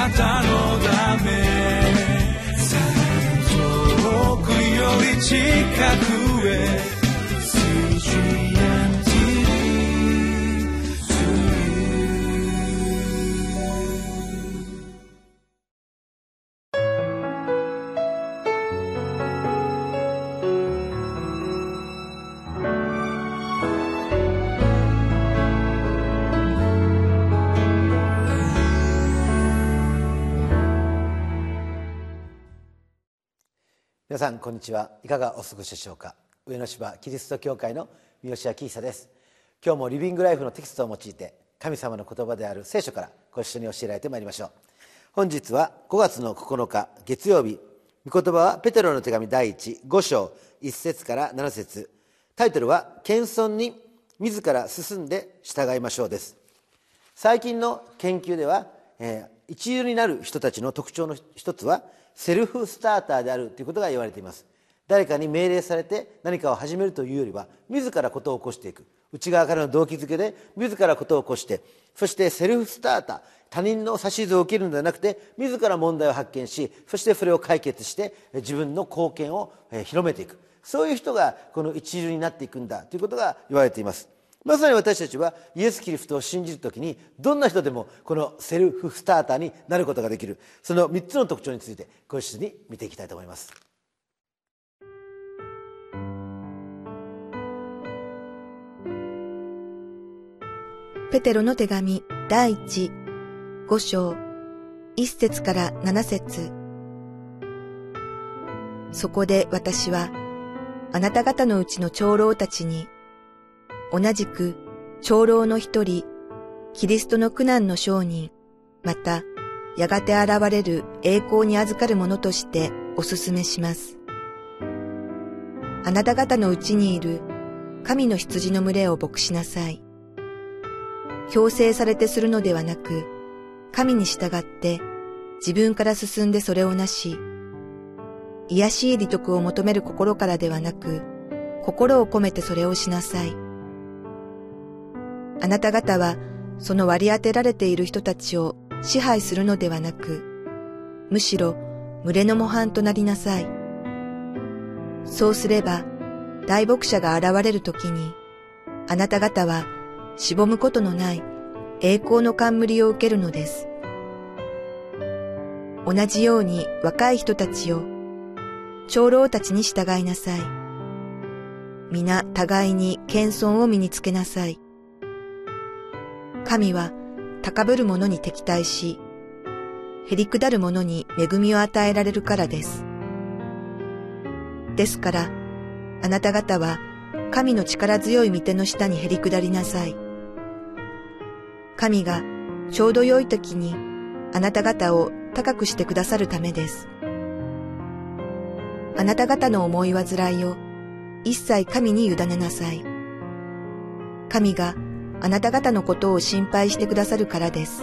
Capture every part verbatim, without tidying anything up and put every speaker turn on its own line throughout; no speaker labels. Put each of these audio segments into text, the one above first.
なたのため遠くより近くへ
皆さんこんにちは。いかがお過ごしでしょうか。上野芝キリスト教会の三好明久です。今日もリビングライフのテキストを用いて神様の言葉である聖書からご一緒に教えられてまいりましょう。本日はごがつのここのか月曜日、御言葉はペテロの手紙第一ご章いっ節からなな節、タイトルは謙遜に自ら進んで従いましょうです。最近の研究では、えー、一流になる人たちの特徴の一つはセルフスターターであるということが言われています。誰かに命令されて何かを始めるというよりは自らことを起こしていく、内側からの動機づけで自らことを起こして、そしてセルフスターター、他人の指図を受けるのではなくて自ら問題を発見し、そしてそれを解決して自分の貢献を広めていく、そういう人がこの一流になっていくんだということが言われています。まさに私たちはイエス・キリストを信じるときにどんな人でもこのセルフスターターになることができる、そのみっつの特徴についてご一緒に見ていきたいと思います。
ペテロの手紙第一ご章いっ節からなな節。そこで私はあなた方のうちの長老たちに同じく長老の一人、キリストの苦難の証人、またやがて現れる栄光に預かる者としてお勧めします。あなた方のうちにいる神の羊の群れを牧しなさい。強制されてするのではなく、神に従って自分から進んでそれをなし、卑しい利得を求める心からではなく、心を込めてそれをしなさい。あなた方はその割り当てられている人たちを支配するのではなく、むしろ群れの模範となりなさい。そうすれば、大牧者が現れるときに、あなた方はしぼむことのない栄光の冠を受けるのです。同じように若い人たちを長老たちに従いなさい。皆互いに謙遜を身につけなさい。神は高ぶる者に敵対し、へりくだる者に恵みを与えられるからです。ですから、あなた方は神の力強い御手の下にへりくだりなさい。神がちょうど良い時にあなた方を高くしてくださるためです。あなた方の思い煩いを一切神に委ねなさい。神があなた方のことを心配してくださるからです。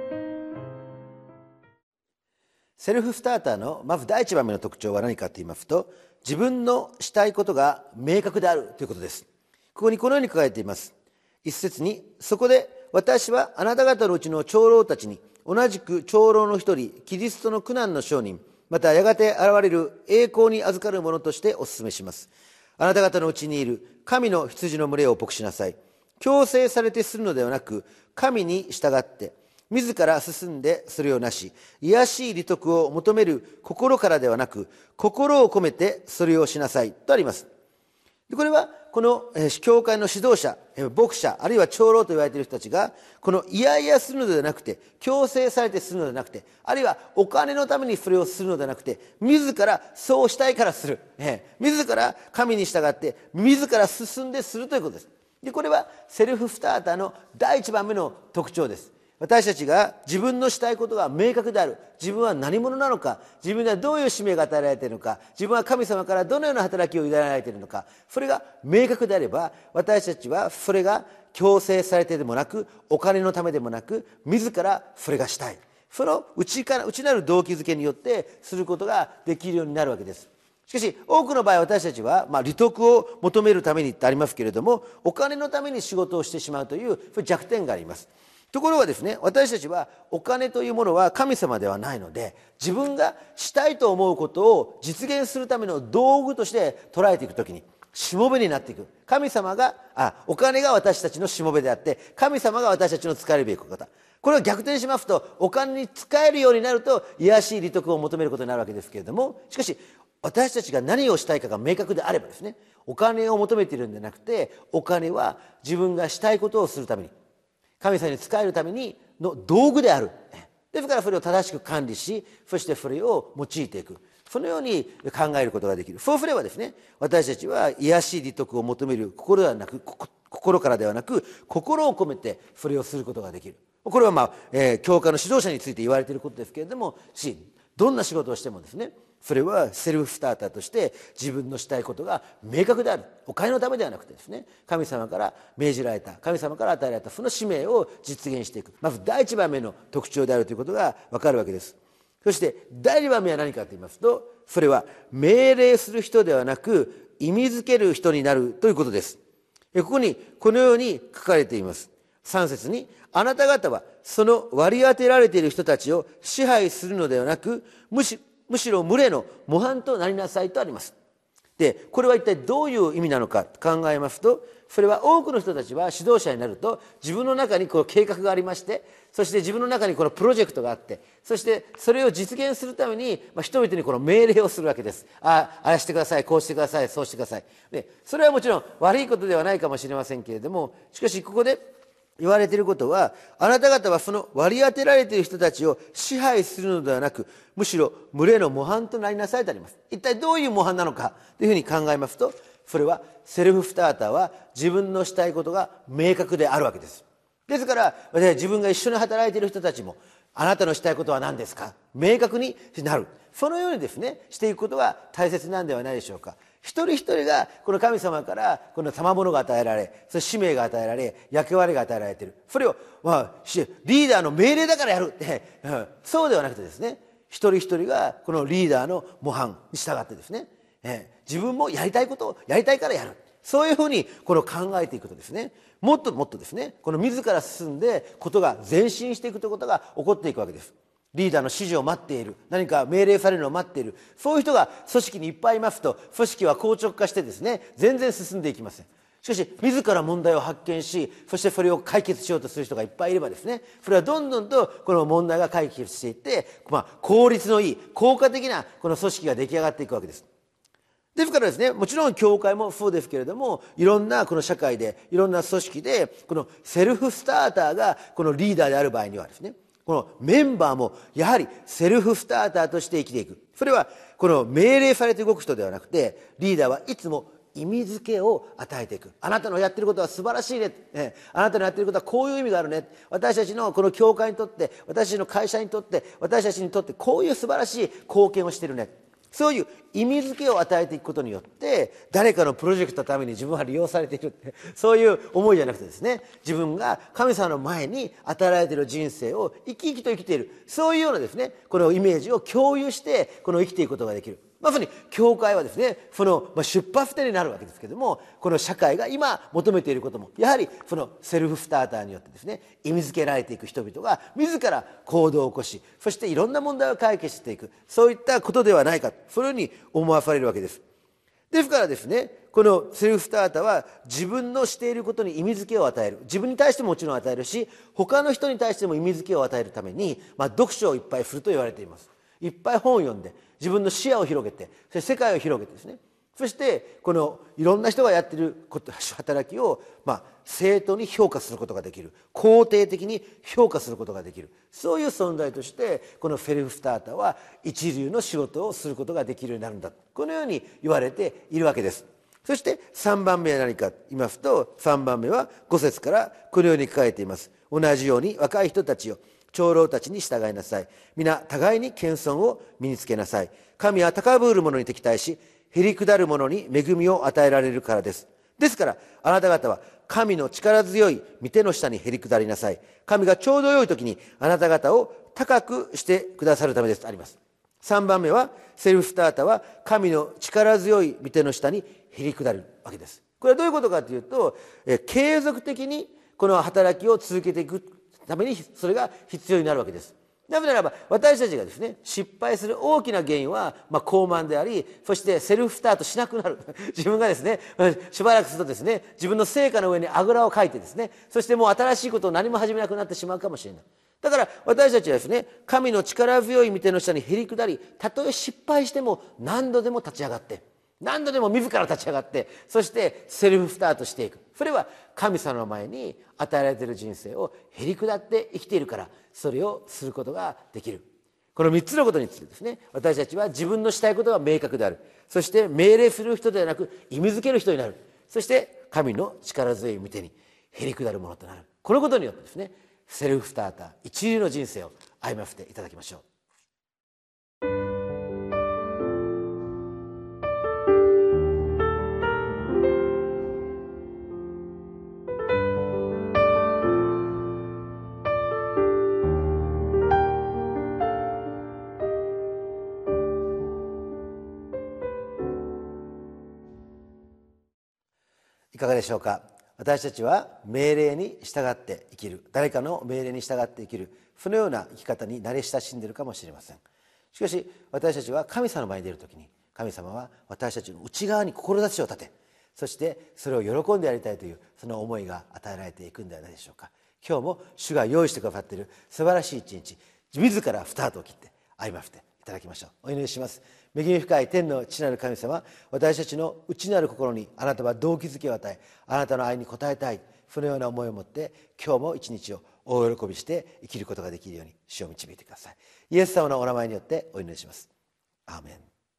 セルフスターターのまず第一番目の特徴は何かと言いますと、自分のしたいことが明確であるということです。ここにこのように書かれています。一節に、そこで私はあなた方のうちの長老たちに同じく長老の一人、キリストの苦難の証人、またやがて現れる栄光に預かる者としてお勧めします。あなた方のうちにいる神の羊の群れを牧しなさい。強制されてするのではなく、神に従って自ら進んでそれをなし、卑しい利得を求める心からではなく、心を込めてそれをしなさいとあります。これはこの教会の指導者、牧者、あるいは長老と言われている人たちが、このいやいやするのではなくて、強制されてするのではなくて、あるいはお金のためにそれをするのではなくて、自らそうしたいからする、自ら神に従って自ら進んでするということです。でこれはセルフスターターの第一番目の特徴です。私たちが自分のしたいことが明確である、自分は何者なのか、自分にはどういう使命が与えられているのか、自分は神様からどのような働きを委ねられているのか、それが明確であれば、私たちはそれが強制されてでもなく、お金のためでもなく、自らそれがしたい、その内から内なる動機づけによってすることができるようになるわけです。しかし多くの場合、私たちは、まあ、利得を求めるためにってありますけれども、お金のために仕事をしてしまうという弱点があります。 ところがですね、私たちはお金というものは神様ではないので、自分がしたいと思うことを実現するための道具として捉えていくときに、しもべになっていく。神様が、あ、お金が私たちのしもべであって、神様が私たちの使えるべき方。これを逆転しますと、お金に使えるようになると、卑しい利得を求めることになるわけですけれども、しかし、私たちが何をしたいかが明確であればですね、お金を求めているんじゃなくて、お金は自分がしたいことをするために、神様に仕えるためにの道具である。ですからそれを正しく管理し、そしてそれを用いていく。そのように考えることができる。そうすればですね、私たちは卑しい利得を求める心ではなく、心からではなく、心を込めてそれをすることができる。これはまあ、えー、教会の指導者について言われていることですけれども、し、どんな仕事をしてもですね、それはセルフスターターとして自分のしたいことが明確である。お金のためではなくてですね、神様から命じられた、神様から与えられたその使命を実現していく。まず第一番目の特徴であるということがわかるわけです。そして第二番目は何かと言いますと、それは命令する人ではなく意味づける人になるということです。ここにこのように書かれています。さん節に、あなた方はその割り当てられている人たちを支配するのではなく、むしむしろ群れの模範となりなさいとあります。で、これは一体どういう意味なのか考えますと、それは多くの人たちは指導者になると自分の中にこの計画がありまして、そして自分の中にこのプロジェクトがあって、そしてそれを実現するために、まあ、人々にこの命令をするわけです。ああ、ああしてください、こうしてください、そうしてください。で、それはもちろん悪いことではないかもしれませんけれども、しかしここで言われていることは、あなた方はその割り当てられている人たちを支配するのではなく、むしろ群れの模範となりなさいとあります。一体どういう模範なのかというふうに考えますと、それはセルフスターターは自分のしたいことが明確であるわけです。ですから自分が一緒に働いている人たちも、あなたのしたいことは何ですか、明確になる。そのようにですね、していくことが大切なんではないでしょうか。一人一人がこの神様からこの賜物が与えられ、それ使命が与えられ、役割が与えられている。それを、まあ、リーダーの命令だからやるって、うん、そうではなくてですね、一人一人がこのリーダーの模範に従ってですね、えー、自分もやりたいことをやりたいからやる。そういうふうにこの考えていくとですね、もっともっとですね、この自ら進んでことが前進していくということが起こっていくわけです。リーダーの指示を待っている、何か命令されるのを待っている、そういう人が組織にいっぱいいますと、組織は硬直化してですね、全然進んでいきません。しかし自ら問題を発見し、そしてそれを解決しようとする人がいっぱいいればですね、それはどんどんとこの問題が解決していって、まあ、効率のいい効果的なこの組織が出来上がっていくわけです。ですからですね、もちろん教会もそうですけれども、いろんなこの社会で、いろんな組織で、このセルフスターターがこのリーダーである場合にはですね、このメンバーもやはりセルフスターターとして生きていく。それはこの命令されて動く人ではなくて、リーダーはいつも意味付けを与えていく。あなたのやってることは素晴らしいね。ね、あなたのやってることはこういう意味があるね。私たちのこの教会にとって、私たちの会社にとって、私たちにとってこういう素晴らしい貢献をしてるね。そういう意味付けを与えていくことによって、誰かのプロジェクトのために自分は利用されているって、そういう思いじゃなくてですね、自分が神様の前に与えられている人生を生き生きと生きている、そういうようなですね、このイメージを共有して、この生きていくことができる。まさに教会はですね、その出発点になるわけですけれども、この社会が今求めていることも、やはりそのセルフスターターによってですね、意味付けられていく人々が自ら行動を起こし、そしていろんな問題を解決していく、そういったことではないか、そういうふうに思わされるわけです。ですからですね、このセルフスターターは自分のしていることに意味付けを与える。自分に対してももちろん与えるし、他の人に対しても意味付けを与えるために、まあ、読書をいっぱいすると言われています。いっぱい本を読んで、自分の視野を広げて、そして世界を広げてですね、そしてこのいろんな人がやっていること働きを、まあ、正当に評価することができる、肯定的に評価することができる、そういう存在としてこのセルフスターターは一流の仕事をすることができるようになるんだ、このように言われているわけです。そしてさんばんめは何かと言いますと、さんばんめはご節からこのように書かれています。同じように若い人たちよ、長老たちに従いなさい。皆互いに謙遜を身につけなさい。神は高ぶる者に敵対し、へりくだる者に恵みを与えられるからです。ですからあなた方は神の力強い御手の下にへりくだりなさい。神がちょうど良い時にあなた方を高くしてくださるためですとあります。さんばんめはセルフスターターは神の力強い御手の下にへりくだるわけです。これはどういうことかというと、え継続的にこの働きを続けていくためにそれが必要になるわけです。なぜならば私たちがですね失敗する大きな原因は、まあ、高慢であり、そしてセルフスタートしなくなる自分がですねしばらくするとですね自分の成果の上にあぐらをかいてですね、そしてもう新しいことを何も始めなくなってしまうかもしれない。だから私たちはですね神の力強い御手の下にへり下り、たとえ失敗しても何度でも立ち上がって、何度でも自ら立ち上がって、そしてセルフスタートしていく。それは神様の前に与えられている人生をへり下って生きているから、それをすることができる。このみっつのことについてですね、私たちは自分のしたいことが明確である。そして命令する人ではなく意味づける人になる。そして神の力強い御手にへり下るものとなる。このことによってですねセルフスターター一流の人生を歩ませていただきましょう。いかがでしょうか。私たちは命令に従って生きる、誰かの命令に従って生きる、そのような生き方に慣れ親しんでいるかもしれません。しかし私たちは神様の前に出るときに、神様は私たちの内側に志を立て、そしてそれを喜んでやりたいというその思いが与えられていくんではないでしょうか。今日も主が用意してくださっている素晴らしい一日、自らスタートを切って歩ませていただきましょう。お祈りします。恵み深い天の父なる神様、私たちの内なる心にあなたは動機づけを与え、あなたの愛に応えたい、そのような思いを持って今日も一日を大喜びして生きることができるように主を導いてください。イエス様のお名前によってお祈りします。アーメン。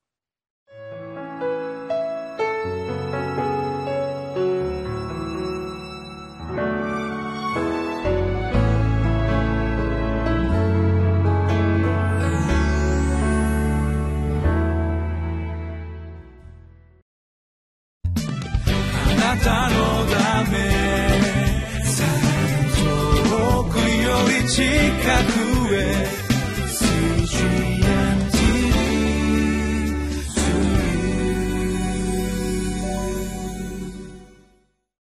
あなたのため遠くより近くへ